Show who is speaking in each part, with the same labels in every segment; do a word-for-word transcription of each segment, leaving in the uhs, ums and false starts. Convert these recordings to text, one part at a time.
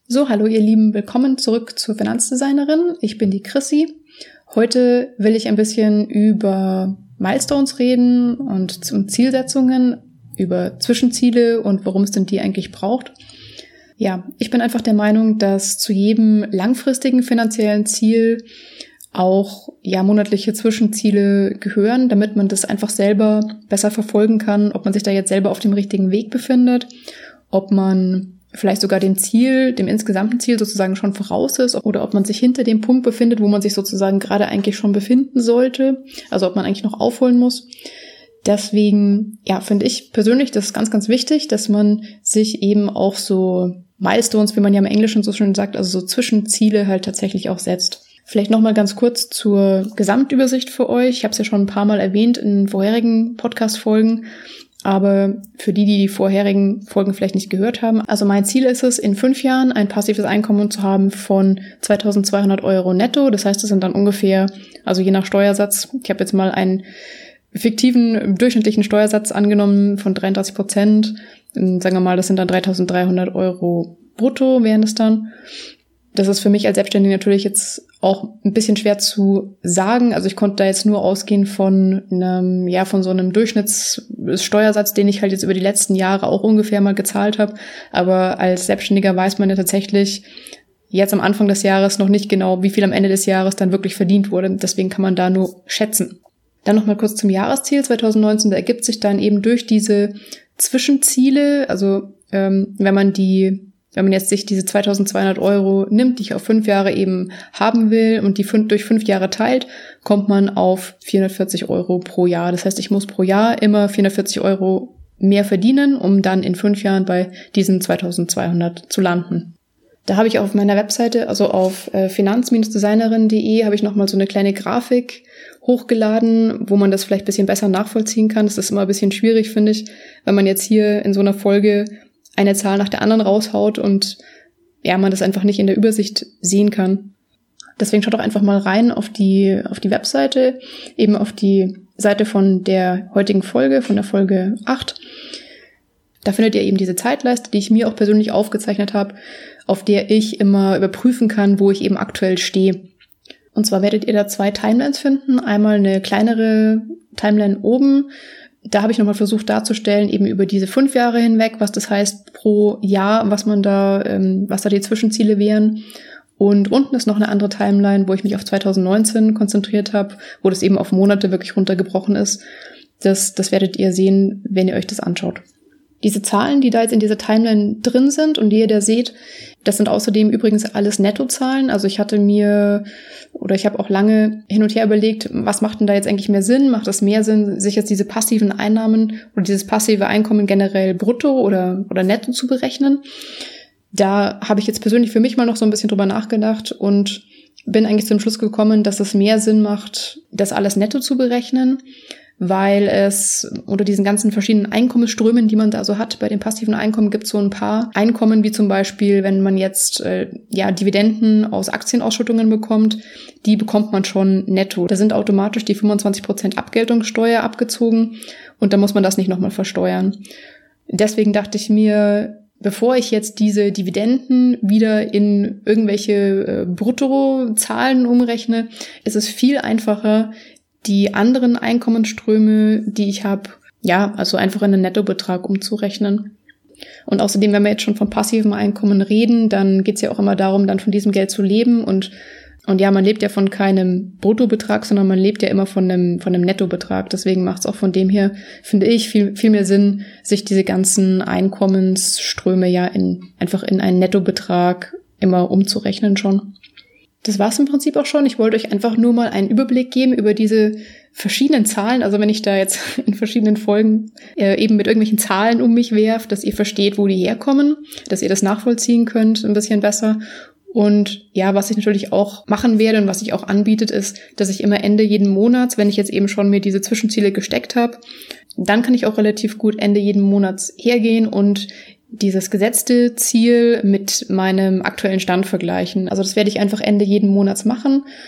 Speaker 1: So, hallo ihr Lieben, willkommen zurück zur Finanzdesignerin. Ich bin die Chrissy. Heute will ich ein bisschen über Milestones reden und zum Zielsetzungen, über Zwischenziele und warum es denn die eigentlich braucht. Ja, ich bin einfach der Meinung, dass zu jedem langfristigen finanziellen Ziel auch ja monatliche Zwischenziele gehören, damit man das einfach selber besser verfolgen kann, ob man sich da jetzt selber auf dem richtigen Weg befindet, ob man vielleicht sogar dem Ziel, dem insgesamten Ziel sozusagen schon voraus ist oder ob man sich hinter dem Punkt befindet, wo man sich sozusagen gerade eigentlich schon befinden sollte, also ob man eigentlich noch aufholen muss. Deswegen, ja, finde ich persönlich das ist ganz, ganz wichtig, dass man sich eben auch so Milestones, wie man ja im Englischen so schön sagt, also so Zwischenziele halt tatsächlich auch setzt. Vielleicht nochmal ganz kurz zur Gesamtübersicht für euch. Ich habe es ja schon ein paar Mal erwähnt in vorherigen Podcast-Folgen. Aber für die, die die vorherigen Folgen vielleicht nicht gehört haben, also mein Ziel ist es, in fünf Jahren ein passives Einkommen zu haben von zweitausendzweihundert Euro netto. Das heißt, das sind dann ungefähr, also je nach Steuersatz, ich habe jetzt mal einen fiktiven, durchschnittlichen Steuersatz angenommen von dreiunddreißig Prozent. Sagen wir mal, das sind dann dreitausenddreihundert Euro brutto, wären das dann. Das ist für mich als Selbstständige natürlich jetzt auch ein bisschen schwer zu sagen. Also ich konnte da jetzt nur ausgehen von einem, ja, von so einem Durchschnittssteuersatz, den ich halt jetzt über die letzten Jahre auch ungefähr mal gezahlt habe. Aber als Selbstständiger weiß man ja tatsächlich jetzt am Anfang des Jahres noch nicht genau, wie viel am Ende des Jahres dann wirklich verdient wurde. Deswegen kann man da nur schätzen. Dann nochmal kurz zum Jahresziel zweitausendneunzehn. Da ergibt sich dann eben durch diese Zwischenziele, also ähm, wenn man die Wenn man jetzt sich diese zweitausendzweihundert Euro nimmt, die ich auf fünf Jahre eben haben will und die fünf, durch fünf Jahre teilt, kommt man auf vierhundertvierzig Euro pro Jahr. Das heißt, ich muss pro Jahr immer vierhundertvierzig Euro mehr verdienen, um dann in fünf Jahren bei diesen zweitausendzweihundert zu landen. Da habe ich auf meiner Webseite, also auf äh, finanz designerin punkt de, habe ich nochmal so eine kleine Grafik hochgeladen, wo man das vielleicht ein bisschen besser nachvollziehen kann. Das ist immer ein bisschen schwierig, finde ich, wenn man jetzt hier in so einer Folge eine Zahl nach der anderen raushaut und ja, man das einfach nicht in der Übersicht sehen kann. Deswegen schaut doch einfach mal rein auf die auf die Webseite, eben auf die Seite von der heutigen Folge, von der Folge acht. Da findet ihr eben diese Zeitleiste, die ich mir auch persönlich aufgezeichnet habe, auf der ich immer überprüfen kann, wo ich eben aktuell stehe. Und zwar werdet ihr da zwei Timelines finden. Einmal eine kleinere Timeline oben. Da habe ich nochmal versucht darzustellen, eben über diese fünf Jahre hinweg, was das heißt pro Jahr, was man da, ähm, was da die Zwischenziele wären. Und unten ist noch eine andere Timeline, wo ich mich auf zweitausendneunzehn konzentriert habe, wo das eben auf Monate wirklich runtergebrochen ist. Das, das werdet ihr sehen, wenn ihr euch das anschaut. Diese Zahlen, die da jetzt in dieser Timeline drin sind und die ihr da seht, das sind außerdem übrigens alles Nettozahlen. Also ich hatte mir, oder ich habe auch lange hin und her überlegt, was macht denn da jetzt eigentlich mehr Sinn? Macht es mehr Sinn, sich jetzt diese passiven Einnahmen oder dieses passive Einkommen generell brutto oder, oder netto zu berechnen? Da habe ich jetzt persönlich für mich mal noch so ein bisschen drüber nachgedacht und bin eigentlich zum Schluss gekommen, dass es mehr Sinn macht, das alles netto zu berechnen, weil es unter diesen ganzen verschiedenen Einkommensströmen, die man da so hat, bei den passiven Einkommen gibt es so ein paar Einkommen, wie zum Beispiel, wenn man jetzt äh, ja Dividenden aus Aktienausschüttungen bekommt, die bekommt man schon netto. Da sind automatisch die fünfundzwanzig Prozent Abgeltungssteuer abgezogen und da muss man das nicht nochmal versteuern. Deswegen dachte ich mir, bevor ich jetzt diese Dividenden wieder in irgendwelche äh, Bruttozahlen umrechne, ist es viel einfacher, die anderen Einkommensströme, die ich habe, ja, also einfach in einen Nettobetrag umzurechnen. Und außerdem, wenn wir jetzt schon von passivem Einkommen reden, dann geht es ja auch immer darum, dann von diesem Geld zu leben. Und und ja, man lebt ja von keinem Bruttobetrag, sondern man lebt ja immer von einem von einem Nettobetrag. Deswegen macht es auch von dem her, finde ich, viel viel mehr Sinn, sich diese ganzen Einkommensströme ja in einfach in einen Nettobetrag immer umzurechnen schon. Das war's im Prinzip auch schon. Ich wollte euch einfach nur mal einen Überblick geben über diese verschiedenen Zahlen. Also wenn ich da jetzt in verschiedenen Folgen äh, eben mit irgendwelchen Zahlen um mich werfe, dass ihr versteht, wo die herkommen, dass ihr das nachvollziehen könnt ein bisschen besser. Und ja, was ich natürlich auch machen werde und was ich auch anbietet, ist, dass ich immer Ende jeden Monats, wenn ich jetzt eben schon mir diese Zwischenziele gesteckt habe, dann kann ich auch relativ gut Ende jeden Monats hergehen und dieses gesetzte Ziel mit meinem aktuellen Stand vergleichen. Also das werde ich einfach Ende jeden Monats machen.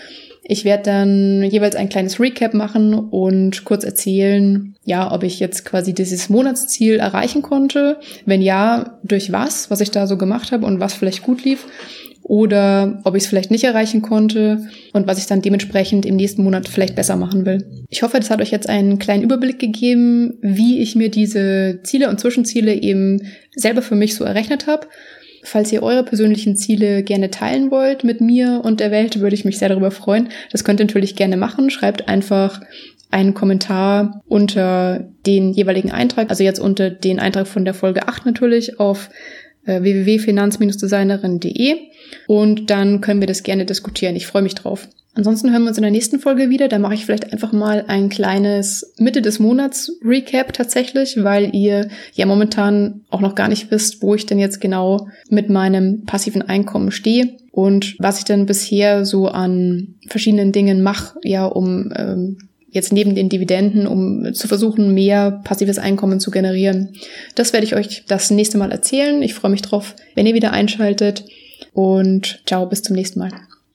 Speaker 1: Ich werde dann jeweils ein kleines Recap machen und kurz erzählen, ja, ob ich jetzt quasi dieses Monatsziel erreichen konnte. Wenn ja, durch was, was ich da so gemacht habe und was vielleicht gut lief. Oder ob ich es vielleicht nicht erreichen konnte und was ich dann dementsprechend im nächsten Monat vielleicht besser machen will. Ich hoffe, das hat euch jetzt einen kleinen Überblick gegeben, wie ich mir diese Ziele und Zwischenziele eben selber für mich so errechnet habe. Falls ihr eure persönlichen Ziele gerne teilen wollt mit mir und der Welt, würde ich mich sehr darüber freuen. Das könnt ihr natürlich gerne machen. Schreibt einfach einen Kommentar unter den jeweiligen Eintrag, also jetzt unter den Eintrag von der Folge acht natürlich auf w w w punkt finanz designerin punkt de und dann können wir das gerne diskutieren. Ich freue mich drauf. Ansonsten hören wir uns in der nächsten Folge wieder. Da mache ich vielleicht einfach mal ein kleines Mitte des Monats Recap tatsächlich, weil ihr ja momentan auch noch gar nicht wisst, wo ich denn jetzt genau mit meinem passiven Einkommen stehe und was ich denn bisher so an verschiedenen Dingen mache, ja, um ähm, jetzt neben den Dividenden, um zu versuchen, mehr passives Einkommen zu generieren. Das werde ich euch das nächste Mal erzählen. Ich freue mich drauf, wenn ihr wieder einschaltet und ciao, bis zum nächsten Mal.